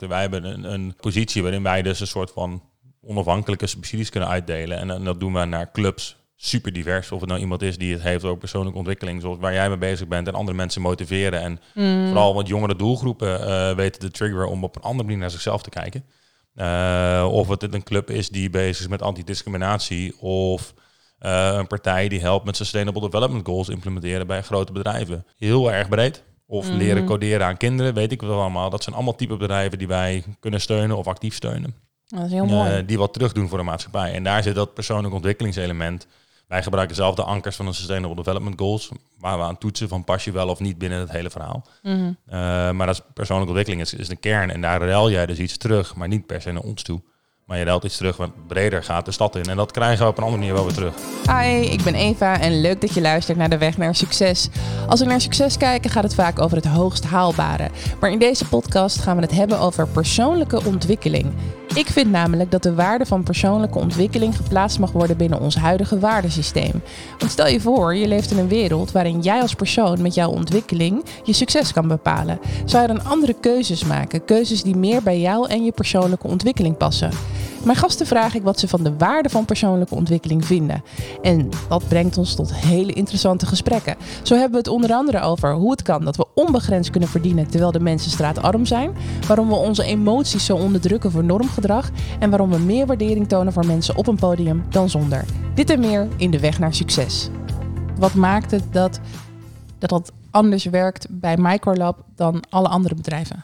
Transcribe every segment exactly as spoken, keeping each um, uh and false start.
Wij hebben een, een positie waarin wij dus een soort van onafhankelijke subsidies kunnen uitdelen. En, en dat doen we naar clubs, super divers. Of het nou iemand is die het heeft over persoonlijke ontwikkeling, zoals waar jij mee bezig bent, en andere mensen motiveren. En mm. vooral wat jongere doelgroepen uh, weten te triggeren om op een andere manier naar zichzelf te kijken. Uh, of het een club is die bezig is met antidiscriminatie, of uh, een partij die helpt met Sustainable Development Goals implementeren bij grote bedrijven. Heel erg breed. Of mm. leren coderen aan kinderen, weet ik wel allemaal. Dat zijn allemaal type bedrijven die wij kunnen steunen of actief steunen. Dat is heel mooi. Uh, die wat terug doen voor de maatschappij. En daar zit dat persoonlijk ontwikkelingselement. Wij gebruiken zelf de ankers van de Sustainable Development Goals, waar we aan toetsen van pas je wel of niet binnen het hele verhaal. Mm-hmm. Uh, maar dat is persoonlijke ontwikkeling is, is de kern. En daar ruil jij dus iets terug, maar niet per se naar ons toe. Maar je ruilt iets terug wat breder gaat de stad in. En dat krijgen we op een andere manier wel weer terug. Hi, ik ben Eva en leuk dat je luistert naar De Weg naar Succes. Als we naar succes kijken gaat het vaak over het hoogst haalbare. Maar in deze podcast gaan we het hebben over persoonlijke ontwikkeling. Ik vind namelijk dat de waarde van persoonlijke ontwikkeling geplaatst mag worden binnen ons huidige waardesysteem. Want stel je voor, je leeft in een wereld waarin jij als persoon met jouw ontwikkeling je succes kan bepalen. Zou je dan andere keuzes maken? Keuzes die meer bij jou en je persoonlijke ontwikkeling passen? Mijn gasten vraag ik wat ze van de waarde van persoonlijke ontwikkeling vinden. En dat brengt ons tot hele interessante gesprekken. Zo hebben we het onder andere over hoe het kan dat we onbegrensd kunnen verdienen terwijl de mensen straatarm zijn. Waarom we onze emoties zo onderdrukken voor normgedrag. En waarom we meer waardering tonen voor mensen op een podium dan zonder. Dit en meer in De Weg naar Succes. Wat maakt het dat dat, dat anders werkt bij Microlab dan alle andere bedrijven?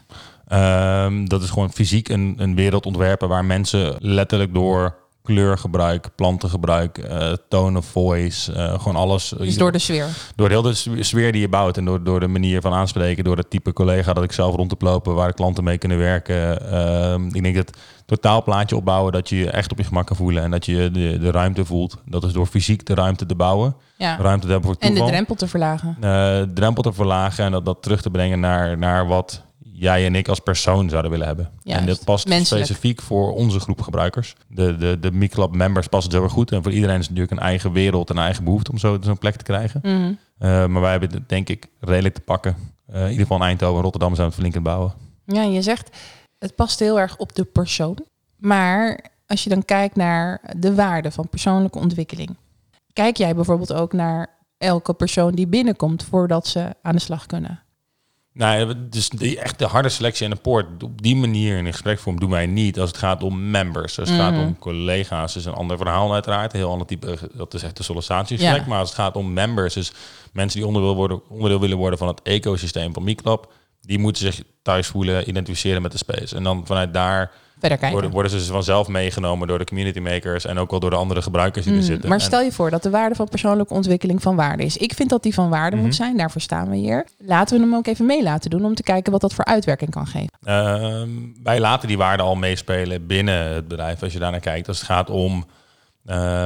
Um, dat is gewoon fysiek een, een wereld ontwerpen waar mensen letterlijk door kleurgebruik, plantengebruik, uh, tone of voice, uh, gewoon alles. Dus door de sfeer? Door heel de sfeer die je bouwt en door, door de manier van aanspreken, door het type collega dat ik zelf rond te lopen, waar klanten mee kunnen werken. Uh, ik denk dat totaalplaatje opbouwen, dat je je echt op je gemak kan voelen en dat je de, de ruimte voelt. Dat is door fysiek de ruimte te bouwen. Ja. Ruimte te hebben voor toeval. En de drempel te verlagen. Uh, de drempel te verlagen en dat, dat terug te brengen naar, naar wat jij en ik als persoon zouden willen hebben. Juist. En dit past Menselijk. specifiek voor onze groep gebruikers. De, de, de Microlab members passen het heel erg goed. En voor iedereen is het natuurlijk een eigen wereld, een eigen behoefte om zo, zo'n plek te krijgen. Mm-hmm. Uh, maar wij hebben het denk ik redelijk te pakken. Uh, in ieder geval in Eindhoven en Rotterdam zijn we het flink aan het bouwen. Ja, je zegt het past heel erg op de persoon. Maar als je dan kijkt naar de waarde van persoonlijke ontwikkeling. Kijk jij bijvoorbeeld ook naar elke persoon die binnenkomt voordat ze aan de slag kunnen? Nou, dus die, echt de harde selectie en de poort, op die manier in een gespreksvorm doen wij niet als het gaat om members. Als het mm-hmm. gaat om collega's is een ander verhaal uiteraard. Een heel ander type, dat is echt een sollicitatiegesprek. Ja. Maar als het gaat om members, dus mensen die onderdeel, worden, onderdeel willen worden van het ecosysteem van Microlab, die moeten zich thuis voelen, identificeren met de space. En dan vanuit daar worden, worden ze vanzelf meegenomen door de community makers en ook wel door de andere gebruikers die mm, er zitten. Maar stel je voor dat de waarde van persoonlijke ontwikkeling van waarde is. Ik vind dat die van waarde mm-hmm. moet zijn, daarvoor staan we hier. Laten we hem ook even mee laten doen om te kijken wat dat voor uitwerking kan geven. Uh, wij laten die waarde al meespelen binnen het bedrijf als je daar naar kijkt. Als het gaat om uh,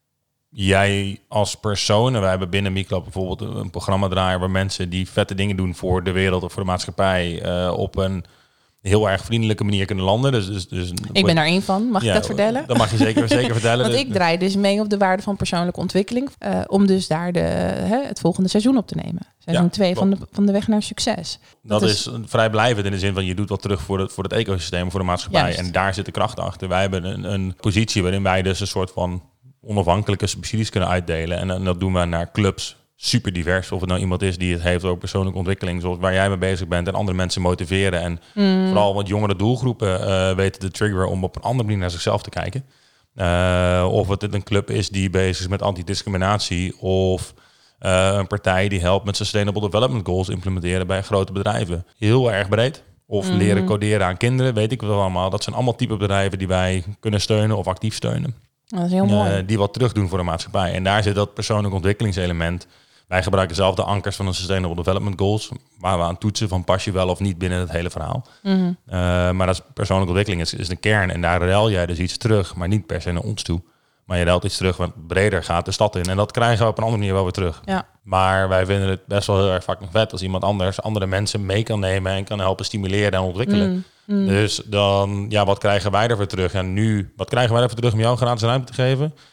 jij als persoon, en wij hebben binnen Microlab bijvoorbeeld een programma draaien waar mensen die vette dingen doen voor de wereld of voor de maatschappij uh, op een heel erg vriendelijke manier kunnen landen. Dus, dus, dus, ik ben er één van. Mag ja, ik dat vertellen? Dat mag je zeker, zeker vertellen. Want ik draai dus mee op de waarde van persoonlijke ontwikkeling. Uh, om dus daar de, hè, het volgende seizoen op te nemen. Seizoen twee ja, van, de, van de Weg naar Succes. Dat, dat is, is vrijblijvend in de zin van je doet wat terug voor het, voor het ecosysteem, voor de maatschappij. Juist. En daar zit de kracht achter. Wij hebben een, een positie waarin wij dus een soort van onafhankelijke subsidies kunnen uitdelen. En, en dat doen we naar clubs. Super divers. Of het nou iemand is die het heeft over persoonlijke ontwikkeling, zoals waar jij mee bezig bent, en andere mensen motiveren. En mm. vooral wat jongere doelgroepen uh, weten te triggeren om op een andere manier naar zichzelf te kijken. Uh, of het een club is die bezig is met antidiscriminatie, of uh, een partij die helpt met Sustainable Development Goals implementeren bij grote bedrijven. Heel erg breed. Of mm. leren coderen aan kinderen, weet ik wel allemaal. Dat zijn allemaal type bedrijven die wij kunnen steunen of actief steunen. Dat is heel mooi. Uh, die wat terug doen voor de maatschappij. En daar zit dat persoonlijk ontwikkelingselement. Wij gebruiken zelf de ankers van de Sustainable Development Goals, waar we aan toetsen van pas je wel of niet binnen het hele verhaal. Mm-hmm. Uh, maar dat is persoonlijke ontwikkeling is, is de kern. En daar ruil jij dus iets terug, maar niet per se naar ons toe. Maar je ruilt iets terug wat breder gaat de stad in. En dat krijgen we op een andere manier wel weer terug. Ja. Maar wij vinden het best wel heel erg fucking vet als iemand anders andere mensen mee kan nemen en kan helpen stimuleren en ontwikkelen. Mm. Mm. Dus dan, ja, wat krijgen wij ervoor terug? En nu, wat krijgen wij ervoor terug om jou gratis ruimte te geven?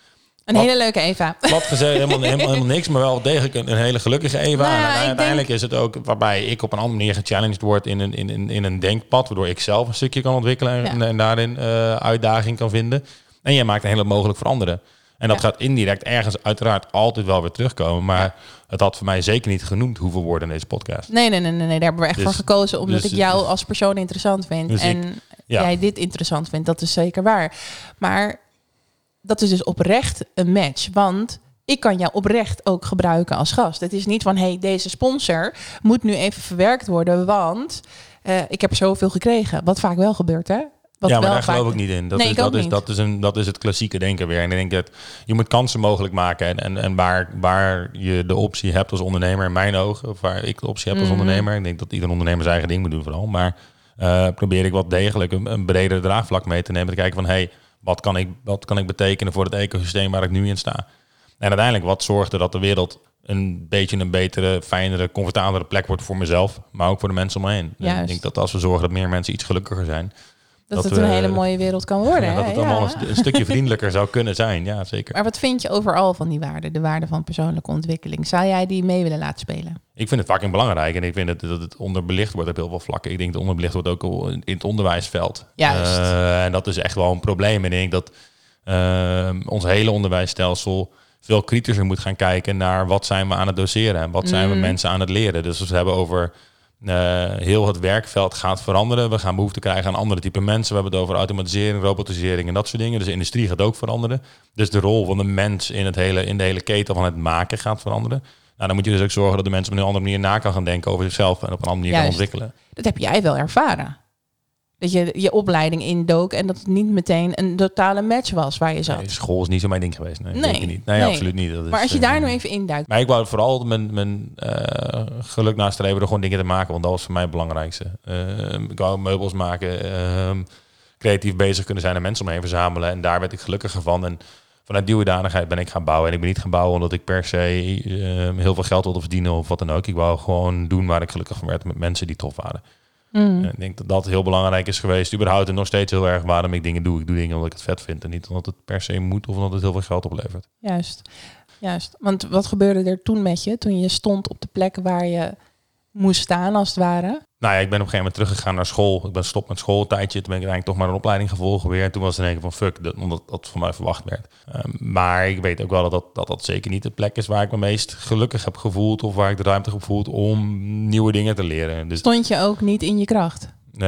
Een hele leuke Eva. Plat gezegd, helemaal, helemaal, helemaal niks, maar wel degelijk een, een hele gelukkige Eva. Nou ja, en uiteindelijk denk... is het ook waarbij ik op een andere manier gechallenged word in een, in, in, in een denkpad, waardoor ik zelf een stukje kan ontwikkelen en, ja. en daarin uh, uitdaging kan vinden. En jij maakt een hele mogelijk voor anderen. En dat ja. gaat indirect ergens uiteraard altijd wel weer terugkomen. Maar ja. het had voor mij zeker niet genoemd hoeveel woorden in deze podcast. Nee, nee, nee, nee, nee. Daar hebben we echt dus, voor gekozen. Omdat dus, ik jou dus, als persoon interessant vind. Dus en ik, ja. jij dit interessant vindt. Dat is zeker waar. Maar dat is dus oprecht een match. Want ik kan jou oprecht ook gebruiken als gast. Het is niet van, hey, deze sponsor moet nu even verwerkt worden. Want uh, ik heb er zoveel gekregen. Wat vaak wel gebeurt, hè? Wat ja, maar wel daar vaak... geloof ik niet in. Dat, nee, is, dat, is, dat, is een, dat is het klassieke denken weer. En ik denk dat je moet kansen mogelijk maken. En, en, en waar, waar je de optie hebt als ondernemer, in mijn ogen, of waar ik de optie heb als mm-hmm. ondernemer. Ik denk dat ieder ondernemer zijn eigen ding moet doen vooral. Maar uh, probeer ik wat degelijk een, een breder draagvlak mee te nemen. Te kijken van, hé, hey, wat kan ik, wat kan ik betekenen voor het ecosysteem waar ik nu in sta? En uiteindelijk, wat zorgde dat de wereld een beetje een betere, fijnere, comfortabelere plek wordt voor mezelf, maar ook voor de mensen om me heen. Ik denk dat als we zorgen dat meer mensen iets gelukkiger zijn, Dat, dat het we, een hele mooie wereld kan worden. Ja, dat het hè? allemaal ja. een, een stukje vriendelijker zou kunnen zijn. Ja, zeker. Maar wat vind je overal van die waarden? De waarde van persoonlijke ontwikkeling. Zou jij die mee willen laten spelen? Ik vind het fucking belangrijk. En ik vind het, dat het onderbelicht wordt op heel veel vlakken. Ik denk dat het onderbelicht wordt ook al in het onderwijsveld. Juist. Uh, en dat is echt wel een probleem. En ik denk dat uh, ons hele onderwijsstelsel veel kritischer moet gaan kijken naar wat zijn we aan het doseren. En wat zijn mm. we mensen aan het leren. Dus als we hebben over... Uh, heel het werkveld gaat veranderen. We gaan behoefte krijgen aan andere type mensen. We hebben het over automatisering, robotisering en dat soort dingen. Dus de industrie gaat ook veranderen. Dus de rol van de mens in, het hele, in de hele keten van het maken gaat veranderen. Nou, dan moet je dus ook zorgen dat de mensen op een andere manier na kan gaan denken over zichzelf en op een andere manier Juist. kan ontwikkelen. Dat heb jij wel ervaren. Dat je je opleiding indook en dat het niet meteen een totale match was waar je zat. Nee, school is niet zo mijn ding geweest. Nee, nee, niet. nee, nee absoluut niet. Dat is, maar als je daar uh, nu even induikt. Maar ik wou vooral mijn, mijn uh, geluk nastreven door gewoon dingen te maken. Want dat was voor mij het belangrijkste. Uh, ik wou meubels maken, uh, creatief bezig kunnen zijn en mensen omheen verzamelen. En daar werd ik gelukkiger van. En vanuit die hoedanigheid ben ik gaan bouwen. En ik ben niet gaan bouwen omdat ik per se uh, heel veel geld wilde verdienen of wat dan ook. Ik wou gewoon doen waar ik gelukkig van werd met mensen die tof waren. Mm. Ik denk dat dat heel belangrijk is geweest. Überhaupt en nog steeds heel erg waarom ik dingen doe. Ik doe dingen omdat ik het vet vind en niet omdat het per se moet of omdat het heel veel geld oplevert. Juist, juist. Want wat gebeurde er toen met je? Toen je stond op de plek waar je moest staan als het ware? Nou ja, ik ben op een gegeven moment teruggegaan naar school. Ik ben stop met school een tijdje. Toen ben ik eigenlijk toch maar een opleiding gevolgd weer. En toen was het in één keer van fuck, dat, omdat dat van mij verwacht werd. Um, maar ik weet ook wel dat dat, dat dat zeker niet de plek is waar ik me meest gelukkig heb gevoeld. Of waar ik de ruimte heb gevoeld om nieuwe dingen te leren. Dus, stond je ook niet in je kracht? Uh,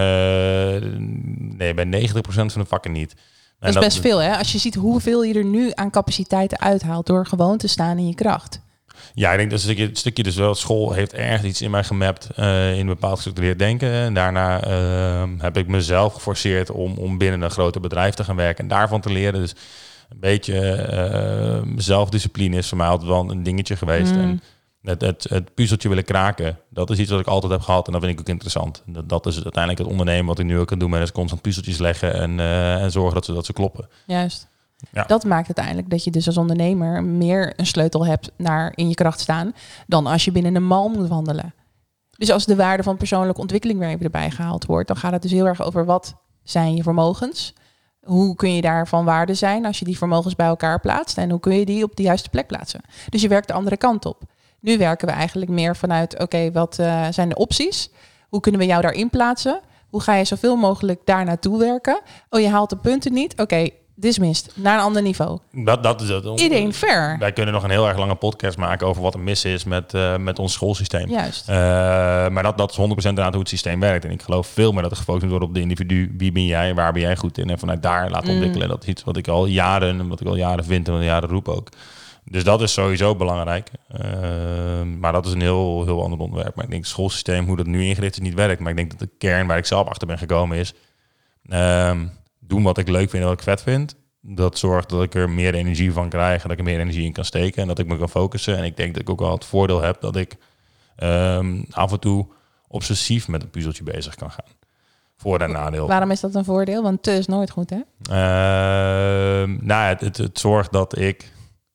nee, bij negentig procent van de vakken niet. Dat is best dat, veel, hè? Als je ziet hoeveel je er nu aan capaciteiten uithaalt door gewoon te staan in je kracht. Ja, ik denk dat een stukje, een stukje dus wel. School heeft ergens iets in mij gemapt uh, in een bepaald gestructureerd denken. En daarna uh, heb ik mezelf geforceerd om, om binnen een groter bedrijf te gaan werken en daarvan te leren. Dus een beetje uh, zelfdiscipline is voor mij altijd wel een dingetje geweest. Mm. En het, het, het puzzeltje willen kraken, dat is iets wat ik altijd heb gehad en dat vind ik ook interessant. Dat, dat is uiteindelijk het ondernemen wat ik nu ook kan doen, maar is constant puzzeltjes leggen en, uh, en zorgen dat ze, dat ze kloppen. Juist. Ja. Dat maakt uiteindelijk dat je dus als ondernemer meer een sleutel hebt naar in je kracht staan dan als je binnen een mal moet wandelen. Dus als de waarde van persoonlijke ontwikkeling weer even erbij gehaald wordt, dan gaat het dus heel erg over wat zijn je vermogens? Hoe kun je daar van waarde zijn als je die vermogens bij elkaar plaatst en hoe kun je die op de juiste plek plaatsen? Dus je werkt de andere kant op. Nu werken we eigenlijk meer vanuit, oké, okay, wat uh, zijn de opties? Hoe kunnen we jou daarin plaatsen? Hoe ga je zoveel mogelijk daar naartoe werken? Oh, je haalt de punten niet? Oké, okay, dismissed, naar een ander niveau. Dat, dat is het. Iedereen fair. Wij kunnen nog een heel erg lange podcast maken over wat er mis is met, uh, met ons schoolsysteem. Juist. Uh, maar dat, dat is honderd procent aan hoe het systeem werkt. En ik geloof veel meer dat er gefocust wordt op de individu. Wie ben jij? Waar ben jij goed in? En vanuit daar laten mm. ontwikkelen. Dat is iets wat ik al jaren, wat ik al jaren vind en al jaren roep ook. Dus dat is sowieso belangrijk. Uh, maar dat is een heel, heel ander onderwerp. Maar ik denk het schoolsysteem, hoe dat nu ingericht is, niet werkt. Maar ik denk dat de kern waar ik zelf achter ben gekomen is Uh, doen wat ik leuk vind en wat ik vet vind. Dat zorgt dat ik er meer energie van krijg. En dat ik er meer energie in kan steken. En dat ik me kan focussen. En ik denk dat ik ook wel het voordeel heb dat ik um, af en toe obsessief met een puzzeltje bezig kan gaan. Voor- en nadeel. Waarom is dat een voordeel? Want te is nooit goed, hè? Uh, nou, het, het, het zorgt dat ik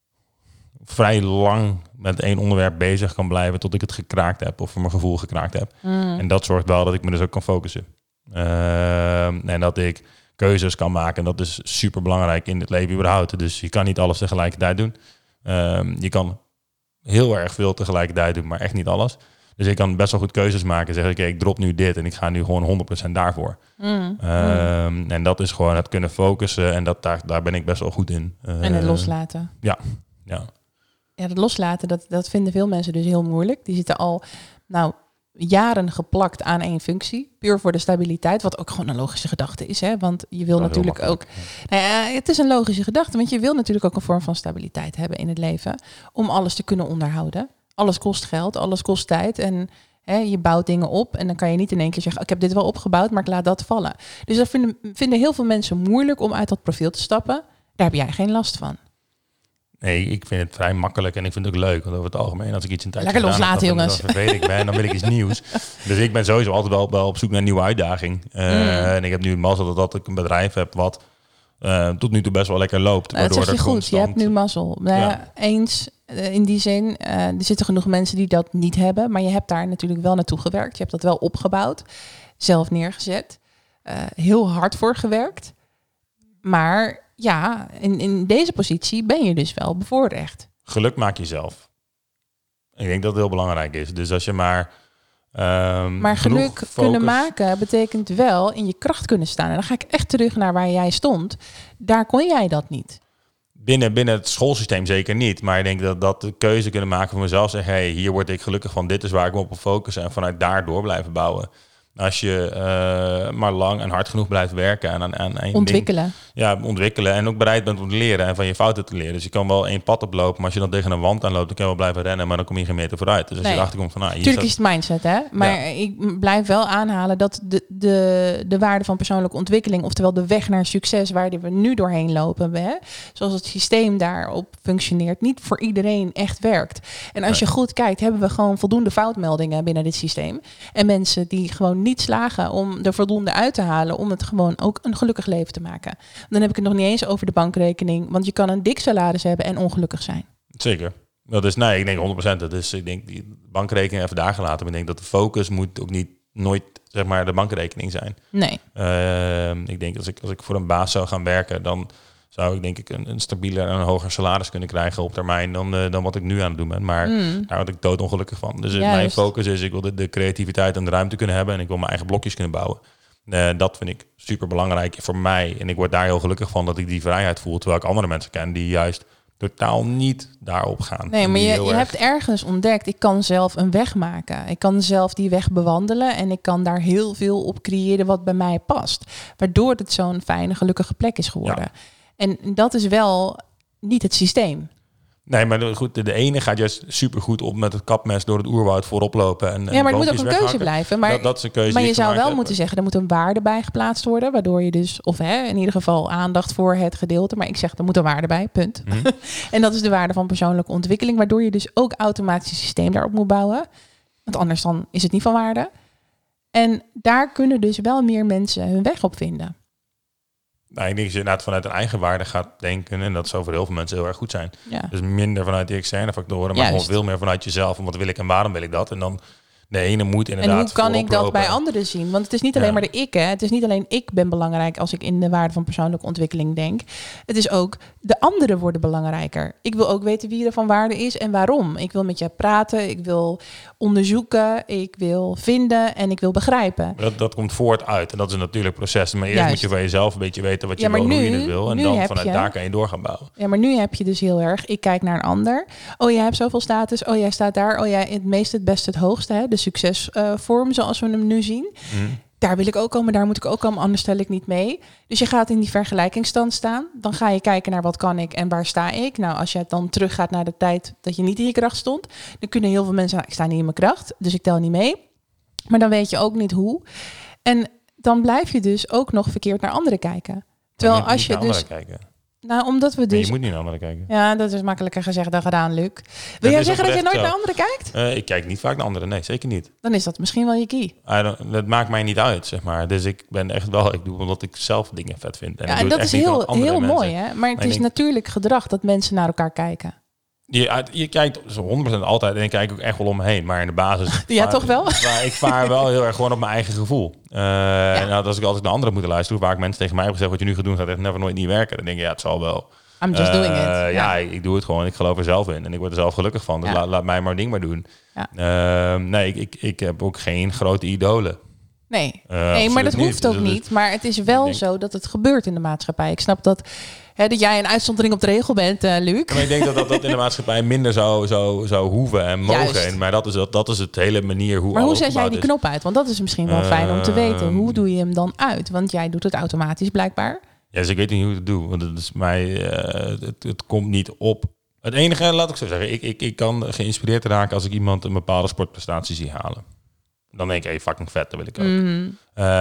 vrij lang met één onderwerp bezig kan blijven tot ik het gekraakt heb of voor mijn gevoel gekraakt heb. Mm. En dat zorgt wel dat ik me dus ook kan focussen. Uh, en dat ik keuzes kan maken. En dat is super belangrijk in het leven überhaupt. Dus je kan niet alles tegelijkertijd doen. Um, je kan heel erg veel tegelijkertijd doen, maar echt niet alles. Dus ik kan best wel goed keuzes maken en zeggen, oké, okay, ik drop nu dit en ik ga nu gewoon honderd procent daarvoor. Mm, um, mm. En dat is gewoon het kunnen focussen en dat, daar, daar ben ik best wel goed in. Uh, en het loslaten. Ja, ja. Ja, het loslaten, dat, dat vinden veel mensen dus heel moeilijk. Die zitten al, nou, jaren geplakt aan één functie. Puur voor de stabiliteit, wat ook gewoon een logische gedachte is. Hè? Want je wil dat natuurlijk ook... Nou ja, het is een logische gedachte, want je wil natuurlijk ook een vorm van stabiliteit hebben in het leven. Om alles te kunnen onderhouden. Alles kost geld, alles kost tijd. En hè, je bouwt dingen op en dan kan je niet in één keer zeggen, ik heb dit wel opgebouwd, maar ik laat dat vallen. Dus dat vinden, vinden heel veel mensen moeilijk om uit dat profiel te stappen. Daar heb jij geen last van. Nee, ik vind het vrij makkelijk en ik vind het ook leuk. Want over het algemeen, als ik iets een tijdje Lekker loslaten, heb, dan, jongens. Dan vervel ik ben, dan wil ik iets nieuws. Dus ik ben sowieso altijd wel, wel op zoek naar een nieuwe uitdaging. Uh, mm. En ik heb nu het mazzel dat, dat ik een bedrijf heb wat uh, tot nu toe best wel lekker loopt. Nou, dat zeg je goed, constant... je hebt nu mazzel. Nou ja, ja. Eens, uh, in die zin, uh, er zitten genoeg mensen die dat niet hebben. Maar je hebt daar natuurlijk wel naartoe gewerkt. Je hebt dat wel opgebouwd, zelf neergezet. Uh, heel hard voor gewerkt. Maar... Ja, in, in deze positie ben je dus wel bevoorrecht. Geluk maak je zelf. Ik denk dat het heel belangrijk is. Dus als je maar... Um, maar geluk focus... kunnen maken betekent wel in je kracht kunnen staan. En dan ga ik echt terug naar waar jij stond. Daar kon jij dat niet. Binnen, binnen het schoolsysteem zeker niet. Maar ik denk dat, dat de keuze kunnen maken voor mezelf. Zeggen, hey, hier word ik gelukkig van. Dit is waar ik me op wil focussen. En vanuit daar door blijven bouwen. Als je uh, maar lang en hard genoeg blijft werken en aan, aan één ontwikkelen. Ding, ja, ontwikkelen en ook bereid bent om te leren en van je fouten te leren. Dus je kan wel één pad oplopen, maar als je dan tegen een wand aanloopt, dan kan je wel blijven rennen, maar dan kom je geen meter vooruit. Dus als nee. je erachter komt van, nou, hier Tuurlijk staat... is het mindset, hè? Maar ja. ik blijf wel aanhalen dat de, de, de waarde van persoonlijke ontwikkeling, oftewel de weg naar succes waar we nu doorheen lopen, hè? Zoals het systeem daarop functioneert, niet voor iedereen echt werkt. En als nee. je goed kijkt, hebben we gewoon voldoende foutmeldingen binnen dit systeem. En mensen die gewoon niet slagen om er voldoende uit te halen om het gewoon ook een gelukkig leven te maken. Dan heb ik het nog niet eens over de bankrekening, want je kan een dik salaris hebben en ongelukkig zijn. Zeker. Dat is, nee, ik denk honderd procent. Dat is, ik denk die bankrekening even daar gelaten. Maar ik denk dat de focus moet ook niet nooit, zeg maar, de bankrekening zijn. Nee. Uh, ik denk als ik als ik voor een baas zou gaan werken, dan zou ik denk ik een, een stabieler en een hoger salaris kunnen krijgen op termijn dan, uh, dan wat ik nu aan het doen ben. Maar mm. daar word ik doodongelukkig van. Dus Juist. mijn focus is, ik wil de, de creativiteit en de ruimte kunnen hebben en ik wil mijn eigen blokjes kunnen bouwen. Uh, dat vind ik super belangrijk voor mij. En ik word daar heel gelukkig van dat ik die vrijheid voel. Terwijl ik andere mensen ken die juist totaal niet daarop gaan. Nee, maar je, je erg... hebt ergens ontdekt, ik kan zelf een weg maken. Ik kan zelf die weg bewandelen en ik kan daar heel veel op creëren wat bij mij past. Waardoor het zo'n fijne, gelukkige plek is geworden. Ja. En dat is wel niet het systeem. Nee, maar goed, de, de ene gaat juist supergoed op met het kapmes door het oerwoud voorop lopen. En, ja, maar het moet ook een weghakken. keuze blijven. Maar, dat, dat is een keuze maar je zou wel heb. moeten zeggen, er moet een waarde bij geplaatst worden. Waardoor je dus, of hè, in ieder geval aandacht voor het gedeelte. Maar ik zeg, er moet een waarde bij, punt. Mm-hmm. En dat is de waarde van persoonlijke ontwikkeling. Waardoor je dus ook automatisch een systeem daarop moet bouwen. Want anders dan is het niet van waarde. En daar kunnen dus wel meer mensen hun weg op vinden. Nou, ik denk dat je inderdaad vanuit een eigen waarde gaat denken. En dat zou voor heel veel mensen heel erg goed zijn. Ja. Dus minder vanuit die externe factoren, maar Juist. gewoon veel meer vanuit jezelf. En wat wil ik en waarom wil ik dat? En dan de ene moet inderdaad. En hoe kan ik dat bij anderen zien? Want het is niet alleen ja. maar de ik, hè. Het is niet alleen ik ben belangrijk als ik in de waarde van persoonlijke ontwikkeling denk. Het is ook de anderen worden belangrijker. Ik wil ook weten wie er van waarde is en waarom. Ik wil met je praten, ik wil onderzoeken, ik wil vinden en ik wil begrijpen. Dat, dat komt voort uit en dat is een natuurlijk proces. Maar eerst Juist. moet je van jezelf een beetje weten wat je ja, wil, nu, hoe je het wil. En dan vanuit je, daar kan je door gaan bouwen. Ja, maar nu heb je dus heel erg, ik kijk naar een ander. Oh, jij hebt zoveel status. Oh, jij staat daar. Oh, jij het meeste, het beste, het hoogste. Hè? De succesvorm uh, zoals we hem nu zien. Mm. Daar wil ik ook komen, daar moet ik ook komen, anders stel ik niet mee. Dus je gaat in die vergelijkingsstand staan. Dan ga je kijken naar wat kan ik en waar sta ik. Nou, als je dan teruggaat naar de tijd dat je niet in je kracht stond, dan kunnen heel veel mensen zeggen, ik sta niet in mijn kracht, dus ik tel niet mee. Maar dan weet je ook niet hoe. En dan blijf je dus ook nog verkeerd naar anderen kijken. Terwijl als je dus... Kijken. Nou, omdat we dus... Nee, je moet niet naar anderen kijken. Ja, dat is makkelijker gezegd dan gedaan, Luc. Wil jij zeggen dat je nooit zo. naar anderen kijkt? Uh, ik kijk niet vaak naar anderen, nee, zeker niet. Dan is dat misschien wel je key. Dat maakt mij niet uit, zeg maar. Dus ik ben echt wel, ik doe omdat ik zelf dingen vet vind. En, ja, ik en doe dat het is echt heel, niet heel mensen. mooi, hè? Maar het nee, is denk... natuurlijk gedrag dat mensen naar elkaar kijken. Je, je kijkt zo honderd procent altijd en ik kijk ook echt wel om me heen. Maar in de basis... Ja, vaar, toch wel? Vaar, ik vaar wel heel erg gewoon op mijn eigen gevoel. Uh, ja. En als ik altijd naar anderen moet luisteren... waar ik mensen tegen mij hebben gezegd... wat je nu gaat doen gaat echt never nooit niet werken. Dan denk ik, ja, het zal wel. I'm just uh, doing it. Ja, ja, ik, ik doe het gewoon. Ik geloof er zelf in. En ik word er zelf gelukkig van. Dus ja. laat, laat mij maar ding maar doen. Ja. Uh, nee, ik, ik, ik heb ook geen grote idolen. Nee, uh, nee maar dat niet. hoeft ook dus, niet. Maar het is wel denk... zo dat het gebeurt in de maatschappij. Ik snap dat... Hè, dat jij een uitzondering op de regel bent, uh, Luc. Maar ik denk dat, dat dat in de maatschappij minder zou, zou, zou hoeven en mogen. Maar dat is, dat, dat is het hele manier hoe. Maar hoe zet jij die is. knop uit? Want dat is misschien wel uh, fijn om te weten. Hoe doe je hem dan uit? Want jij doet het automatisch blijkbaar. Ja, dus ik weet niet hoe ik het doe. Want het is mij, uh, het, het komt niet op. Het enige, laat ik zo zeggen, ik, ik, ik kan geïnspireerd raken als ik iemand een bepaalde sportprestatie zie halen. Dan denk ik, hey, fucking vet, dat wil ik ook. Mm-hmm.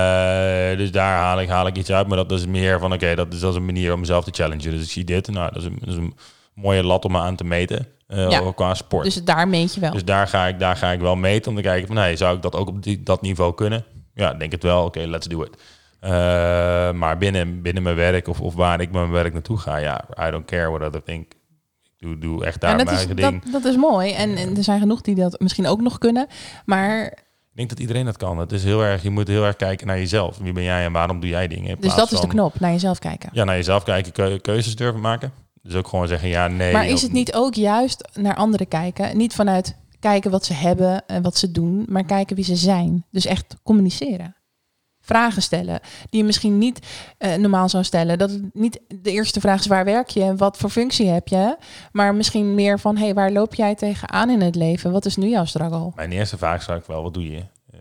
Uh, dus daar haal ik, haal ik iets uit. Maar dat is meer van, oké, okay, dat, dat is een manier om mezelf te challengen. Dus ik zie dit, nou, dat is een, dat is een mooie lat om me aan te meten. Uh, ja, qua sport. Dus daar meet je wel. Dus daar ga ik, daar ga ik wel meten om te kijken van, hey, zou ik dat ook op die, dat niveau kunnen? Ja, denk het wel. Oké, okay, let's do it. Uh, maar binnen, binnen mijn werk of, of waar ik met mijn werk naartoe ga, ja, I don't care what other think. Ik doe, doe echt daar mijn eigen ding. Dat, dat is mooi. En, en er zijn genoeg die dat misschien ook nog kunnen. Maar... Ik denk dat iedereen dat kan. Het is heel erg, je moet heel erg kijken naar jezelf. Wie ben jij en waarom doe jij dingen? Dus dat is van, de knop, naar jezelf kijken. Ja, naar jezelf kijken, keu- keuzes durven maken. Dus ook gewoon zeggen ja, nee. Maar is het niet ook juist naar anderen kijken? Niet vanuit kijken wat ze hebben en wat ze doen, maar kijken wie ze zijn. Dus echt communiceren. Vragen stellen die je misschien niet uh, normaal zou stellen. Dat het niet de eerste vraag is, waar werk je en wat voor functie heb je? Maar misschien meer van, hey, waar loop jij tegenaan in het leven? Wat is nu jouw struggle? Mijn eerste vraag zou ik wel, wat doe je?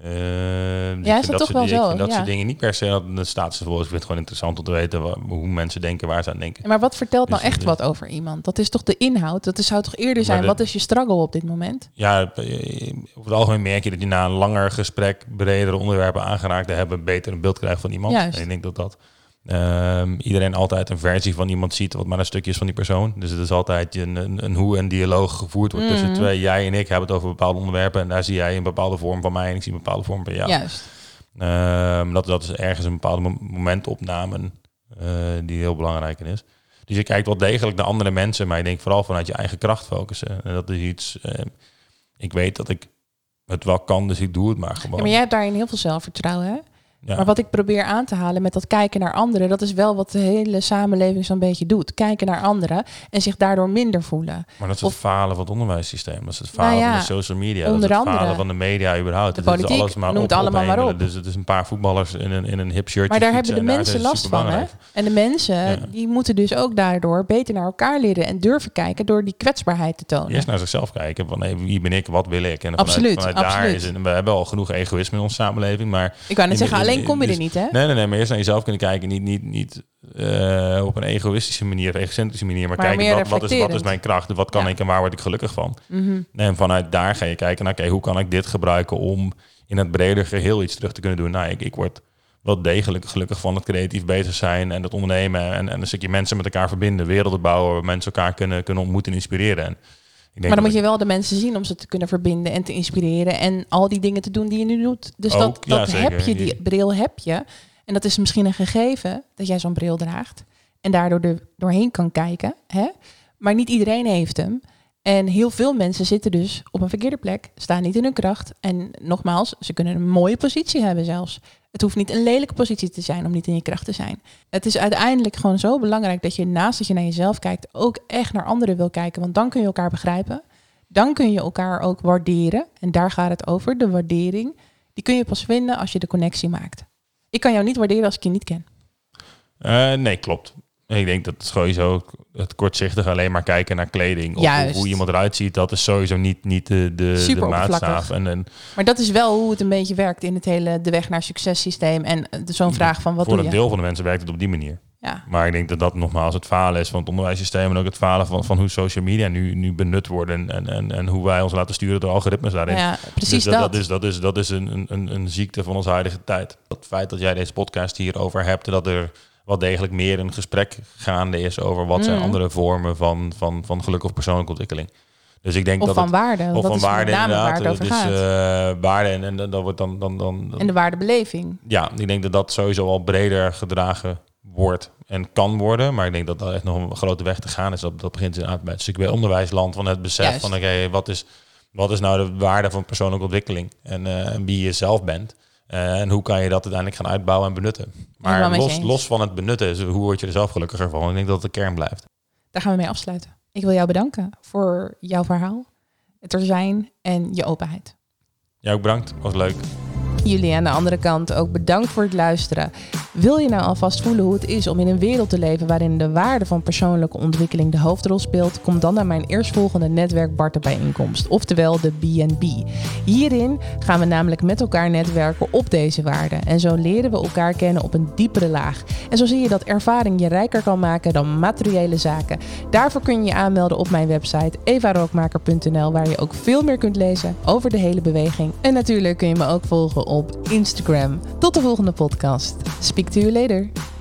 Uh, ja, is dat, dat toch wel zo? Ik dat ja. soort dingen niet per se de status voor. Ik vind het gewoon interessant om te weten wat, hoe mensen denken, waar ze aan denken. Maar wat vertelt dus nou echt wat over iemand? Dat is toch de inhoud? Dat is, zou toch eerder zijn, de, wat is je struggle op dit moment? Ja, over het algemeen merk je dat je na een langer gesprek bredere onderwerpen aangeraakt te hebben, beter een beeld krijgt van iemand. Juist. En ik denk dat dat um, iedereen altijd een versie van iemand ziet wat maar een stukje is van die persoon. Dus het is altijd een, een, een hoe en dialoog gevoerd wordt mm-hmm. tussen twee. Jij en ik hebben het over bepaalde onderwerpen en daar zie jij een bepaalde vorm van mij en ik zie een bepaalde vorm van jou. Juist. Um, dat, dat is ergens een bepaalde momentopname uh, die heel belangrijk is. Dus je kijkt wel degelijk naar andere mensen, maar ik denk vooral vanuit je eigen kracht focussen. En dat is iets, uh, ik weet dat ik het wel kan, dus ik doe het maar gewoon. Ja, maar jij hebt daarin heel veel zelfvertrouwen, hè? Ja. Maar wat ik probeer aan te halen met dat kijken naar anderen, dat is wel wat de hele samenleving zo'n beetje doet. Kijken naar anderen en zich daardoor minder voelen. Maar dat is of, het falen van het onderwijssysteem. Dat is het falen nou ja, van de social media. Onder dat is het andere, falen van de media überhaupt. De politiek, is alles maar noem het allemaal maar op. Dus het is een paar voetballers in een, in een hip shirtje. Maar daar hebben de mensen last van, hè? En de mensen, ja. die moeten dus ook daardoor beter naar elkaar leren en durven kijken door die kwetsbaarheid te tonen. Eerst naar zichzelf kijken, van hey, wie ben ik, wat wil ik? En absoluut, vanuit, vanuit absoluut. Daar is, we hebben al genoeg egoïsme in onze samenleving, maar... Ik wou net zeggen, alleen kom je er niet, hè? Nee, nee, nee, maar eerst naar jezelf kunnen kijken. Niet, niet, niet uh, op een egoïstische manier, of egocentrische manier. Maar, maar kijken, wat, wat, is, wat is mijn kracht? Wat kan ja. ik en waar word ik gelukkig van? Mm-hmm. En vanuit daar ga je kijken naar, oké, okay, hoe kan ik dit gebruiken om in het breder geheel iets terug te kunnen doen? Nou, ik, ik word wel degelijk gelukkig van het creatief bezig zijn en het ondernemen. En, en een stukje mensen met elkaar verbinden, werelden bouwen, waar mensen elkaar kunnen, kunnen ontmoeten en inspireren. En ik denk maar dan moet je ik... wel de mensen zien om ze te kunnen verbinden en te inspireren. En al die dingen te doen die je nu doet. Dus ook, dat, dat ja, heb je, die bril heb je. En dat is misschien een gegeven dat jij zo'n bril draagt. En daardoor er doorheen kan kijken. Hè? Maar niet iedereen heeft hem. En heel veel mensen zitten dus op een verkeerde plek. Staan niet in hun kracht. En nogmaals, ze kunnen een mooie positie hebben zelfs. Het hoeft niet een lelijke positie te zijn om niet in je kracht te zijn. Het is uiteindelijk gewoon zo belangrijk dat je naast dat je naar jezelf kijkt, ook echt naar anderen wil kijken. Want dan kun je elkaar begrijpen. Dan kun je elkaar ook waarderen. En daar gaat het over, de waardering. Die kun je pas vinden als je de connectie maakt. Ik kan jou niet waarderen als ik je niet ken. Uh, nee, klopt. Ik denk dat het sowieso het kortzichtig alleen maar kijken naar kleding. Of Juist. hoe iemand eruit ziet, dat is sowieso niet, niet de, de, de maatstaaf. En, en, maar dat is wel hoe het een beetje werkt in het hele de weg naar succes systeem. En zo'n vraag van wat doe je? Voor een deel van de mensen werkt het op die manier. Ja. Maar ik denk dat dat nogmaals het falen is van het onderwijssysteem. En ook het falen van, van hoe social media nu, nu benut worden. En, en, en hoe wij ons laten sturen door algoritmes daarin. Ja, precies dus dat. dat. Dat is, dat is, dat is een, een, een ziekte van onze huidige tijd. Het feit dat jij deze podcast hierover hebt, dat er wat degelijk meer een gesprek gaande is over wat mm. zijn andere vormen van, van, van geluk of persoonlijke ontwikkeling. Dus ik denk of dat van het, waarde. Of dat van is waarde, met name waar het over dus, gaat. Uh, waarde en, en dat wordt dan, dan, dan, dan... En de waardebeleving. Ja, ik denk dat dat sowieso al breder gedragen wordt en kan worden. Maar ik denk dat er echt nog een grote weg te gaan is. Dat, dat begint inderdaad bij het stuk bij onderwijsland van het besef yes. van oké, okay, wat is wat is nou de waarde van persoonlijke ontwikkeling en uh, wie je zelf bent. Uh, en hoe kan je dat uiteindelijk gaan uitbouwen en benutten. Maar los, los van het benutten, is, hoe word je er zelf gelukkiger van? Ik denk dat het de kern blijft. Daar gaan we mee afsluiten. Ik wil jou bedanken voor jouw verhaal, het er zijn en je openheid. Ja, ook bedankt. Was leuk. Jullie aan de andere kant ook bedankt voor het luisteren. Wil je nou alvast voelen hoe het is om in een wereld te leven waarin de waarde van persoonlijke ontwikkeling de hoofdrol speelt? Kom dan naar mijn eerstvolgende netwerk Barter bijeenkomst, oftewel de B en B. Hierin gaan we namelijk met elkaar netwerken op deze waarden. En zo leren we elkaar kennen op een diepere laag. En zo zie je dat ervaring je rijker kan maken dan materiële zaken. Daarvoor kun je je aanmelden op mijn website eva rookmaker punt n l, waar je ook veel meer kunt lezen over de hele beweging. En natuurlijk kun je me ook volgen op Instagram. Tot de volgende podcast. Speak to you later.